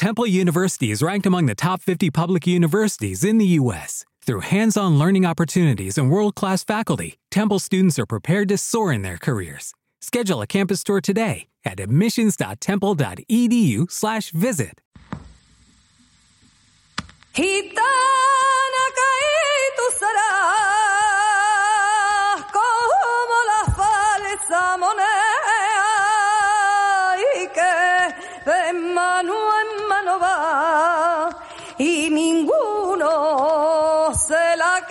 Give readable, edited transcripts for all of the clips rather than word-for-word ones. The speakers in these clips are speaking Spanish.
Temple University is ranked among the top 50 public universities in the U.S. Through hands-on learning opportunities and world-class faculty, Temple students are prepared to soar in their careers. Schedule a campus tour today at admissions.temple.edu/visit. Gitana caí tu serás como la falsa moneda y que de mano en mano va y ninguno se la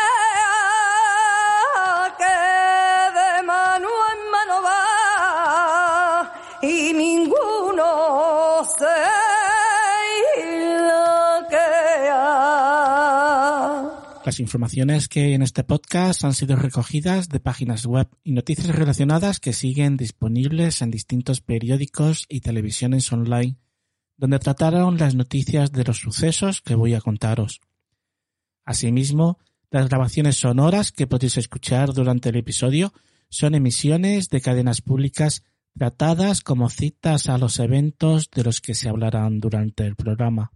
queda, que de mano en mano va y ninguno se Las informaciones que hay en este podcast han sido recogidas de páginas web y noticias relacionadas que siguen disponibles en distintos periódicos y televisiones online, donde trataron las noticias de los sucesos que voy a contaros. Asimismo, las grabaciones sonoras que podéis escuchar durante el episodio son emisiones de cadenas públicas tratadas como citas a los eventos de los que se hablarán durante el programa.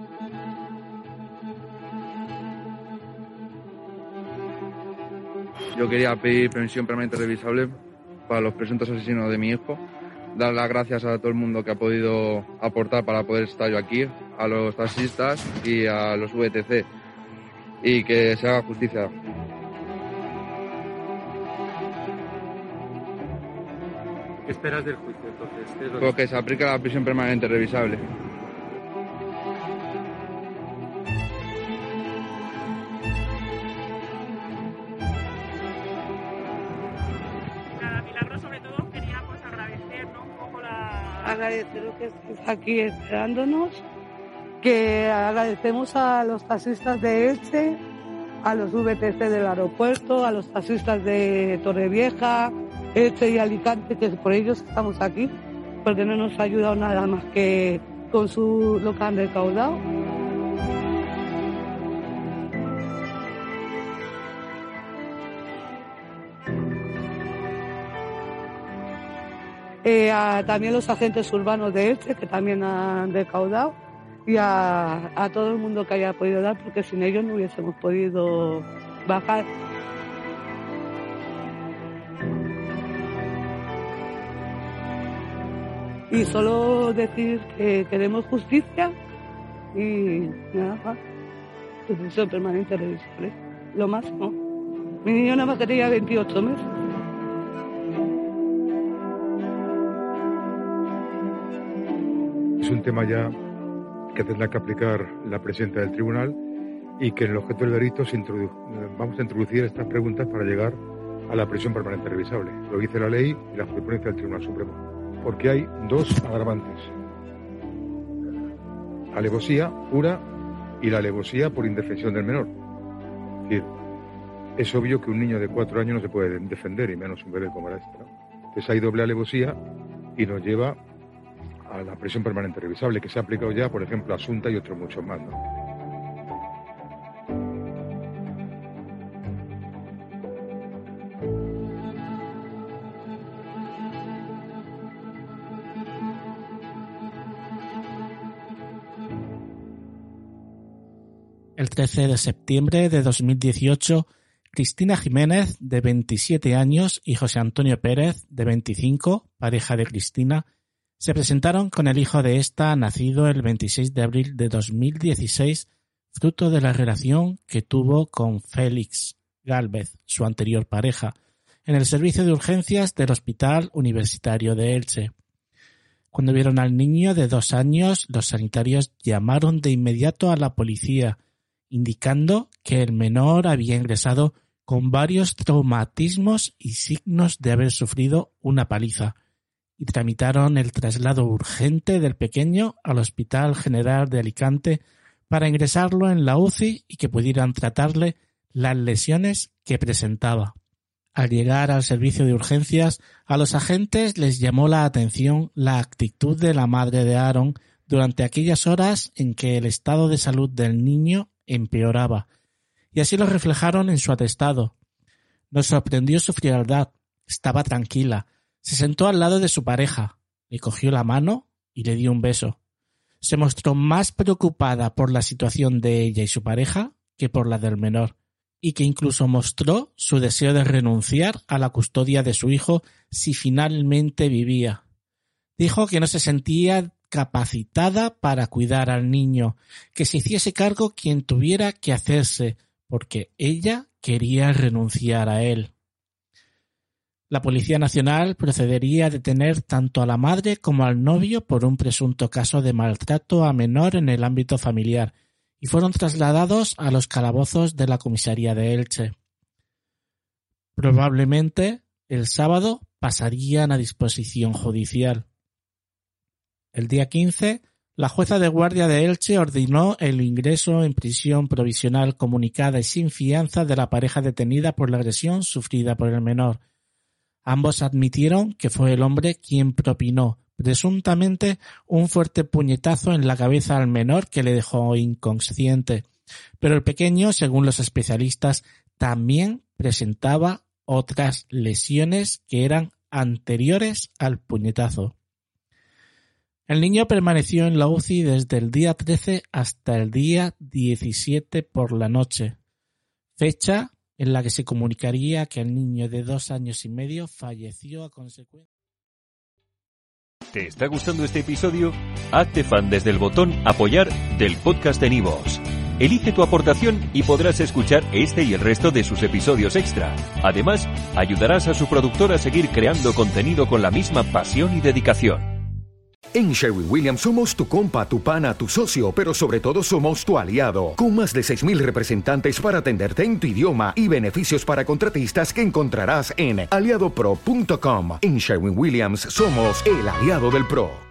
Yo quería pedir prisión permanente revisable para los presuntos asesinos de mi hijo, dar las gracias a todo el mundo que ha podido aportar para poder estar yo aquí, a los taxistas y a los VTC, y que se haga justicia. ¿Qué esperas del juicio entonces? Pues que se aplique la prisión permanente revisable. Agradeceros que estéis aquí esperándonos, que agradecemos a los taxistas de Elche, a los VTC del aeropuerto, a los taxistas de Torrevieja, Elche y Alicante, que por ellos estamos aquí, porque no nos ha ayudado nada más que con lo que han recaudado. También los agentes urbanos de Elche, que también han recaudado, y a todo el mundo que haya podido dar, porque sin ellos no hubiésemos podido bajar. Y solo decir que queremos justicia y nada más. Prisión permanente revisable, lo máximo. Mi niño nada más tenía 28 meses. Es un tema ya que tendrá que aplicar la presidenta del tribunal y que en el objeto del delito vamos a introducir estas preguntas para llegar a la prisión permanente revisable. Lo dice la ley y la jurisprudencia del Tribunal Supremo. Porque hay dos agravantes: la alevosía pura y la alevosía por indefensión del menor. Es decir, es obvio que un niño de 4 años no se puede defender, y menos un bebé como era este, ¿no? Entonces hay doble alevosía y nos lleva a la prisión permanente revisable, que se ha aplicado ya, por ejemplo, a Asunta y otros muchos más, ¿no? El 13 de septiembre de 2018, Cristina Jiménez, de 27 años, y José Antonio Pérez, de 25, pareja de Cristina, se presentaron con el hijo de esta, nacido el 26 de abril de 2016, fruto de la relación que tuvo con Félix Gálvez, su anterior pareja, en el servicio de urgencias del Hospital Universitario de Elche. Cuando vieron al niño de 2 años, los sanitarios llamaron de inmediato a la policía, indicando que el menor había ingresado con varios traumatismos y signos de haber sufrido una paliza, y tramitaron el traslado urgente del pequeño al Hospital General de Alicante para ingresarlo en la UCI y que pudieran tratarle las lesiones que presentaba. Al llegar al servicio de urgencias, a los agentes les llamó la atención la actitud de la madre de Aaron durante aquellas horas en que el estado de salud del niño empeoraba, y así lo reflejaron en su atestado. Nos sorprendió su frialdad, estaba tranquila, se sentó al lado de su pareja, le cogió la mano y le dio un beso. se mostró más preocupada por la situación de ella y su pareja que por la del menor, y que incluso mostró su deseo de renunciar a la custodia de su hijo si finalmente vivía. Dijo que no se sentía capacitada para cuidar al niño, que se hiciese cargo quien tuviera que hacerse, porque ella quería renunciar a él. La Policía Nacional procedería a detener tanto a la madre como al novio por un presunto caso de maltrato a menor en el ámbito familiar y fueron trasladados a los calabozos de la comisaría de Elche. Probablemente el sábado pasarían a disposición judicial. El día 15, la jueza de guardia de Elche ordenó el ingreso en prisión provisional comunicada y sin fianza de la pareja detenida por la agresión sufrida por el menor. Ambos admitieron que fue el hombre quien propinó, presuntamente, un fuerte puñetazo en la cabeza al menor que le dejó inconsciente. Pero el pequeño, según los especialistas, también presentaba otras lesiones que eran anteriores al puñetazo. El niño permaneció en la UCI desde el día 13 hasta el día 17 por la noche, fecha en la que se comunicaría que el niño de 2 años y medio falleció a consecuencia. ¿Te está gustando este episodio? Hazte fan desde el botón Apoyar del podcast de Nivos. Elige tu aportación y podrás escuchar este y el resto de sus episodios extra. Además, ayudarás a su productor a seguir creando contenido con la misma pasión y dedicación. En Sherwin-Williams somos tu compa, tu pana, tu socio, pero sobre todo somos tu aliado. Con más de 6,000 representantes para atenderte en tu idioma y beneficios para contratistas que encontrarás en aliadopro.com. En Sherwin-Williams somos el aliado del pro.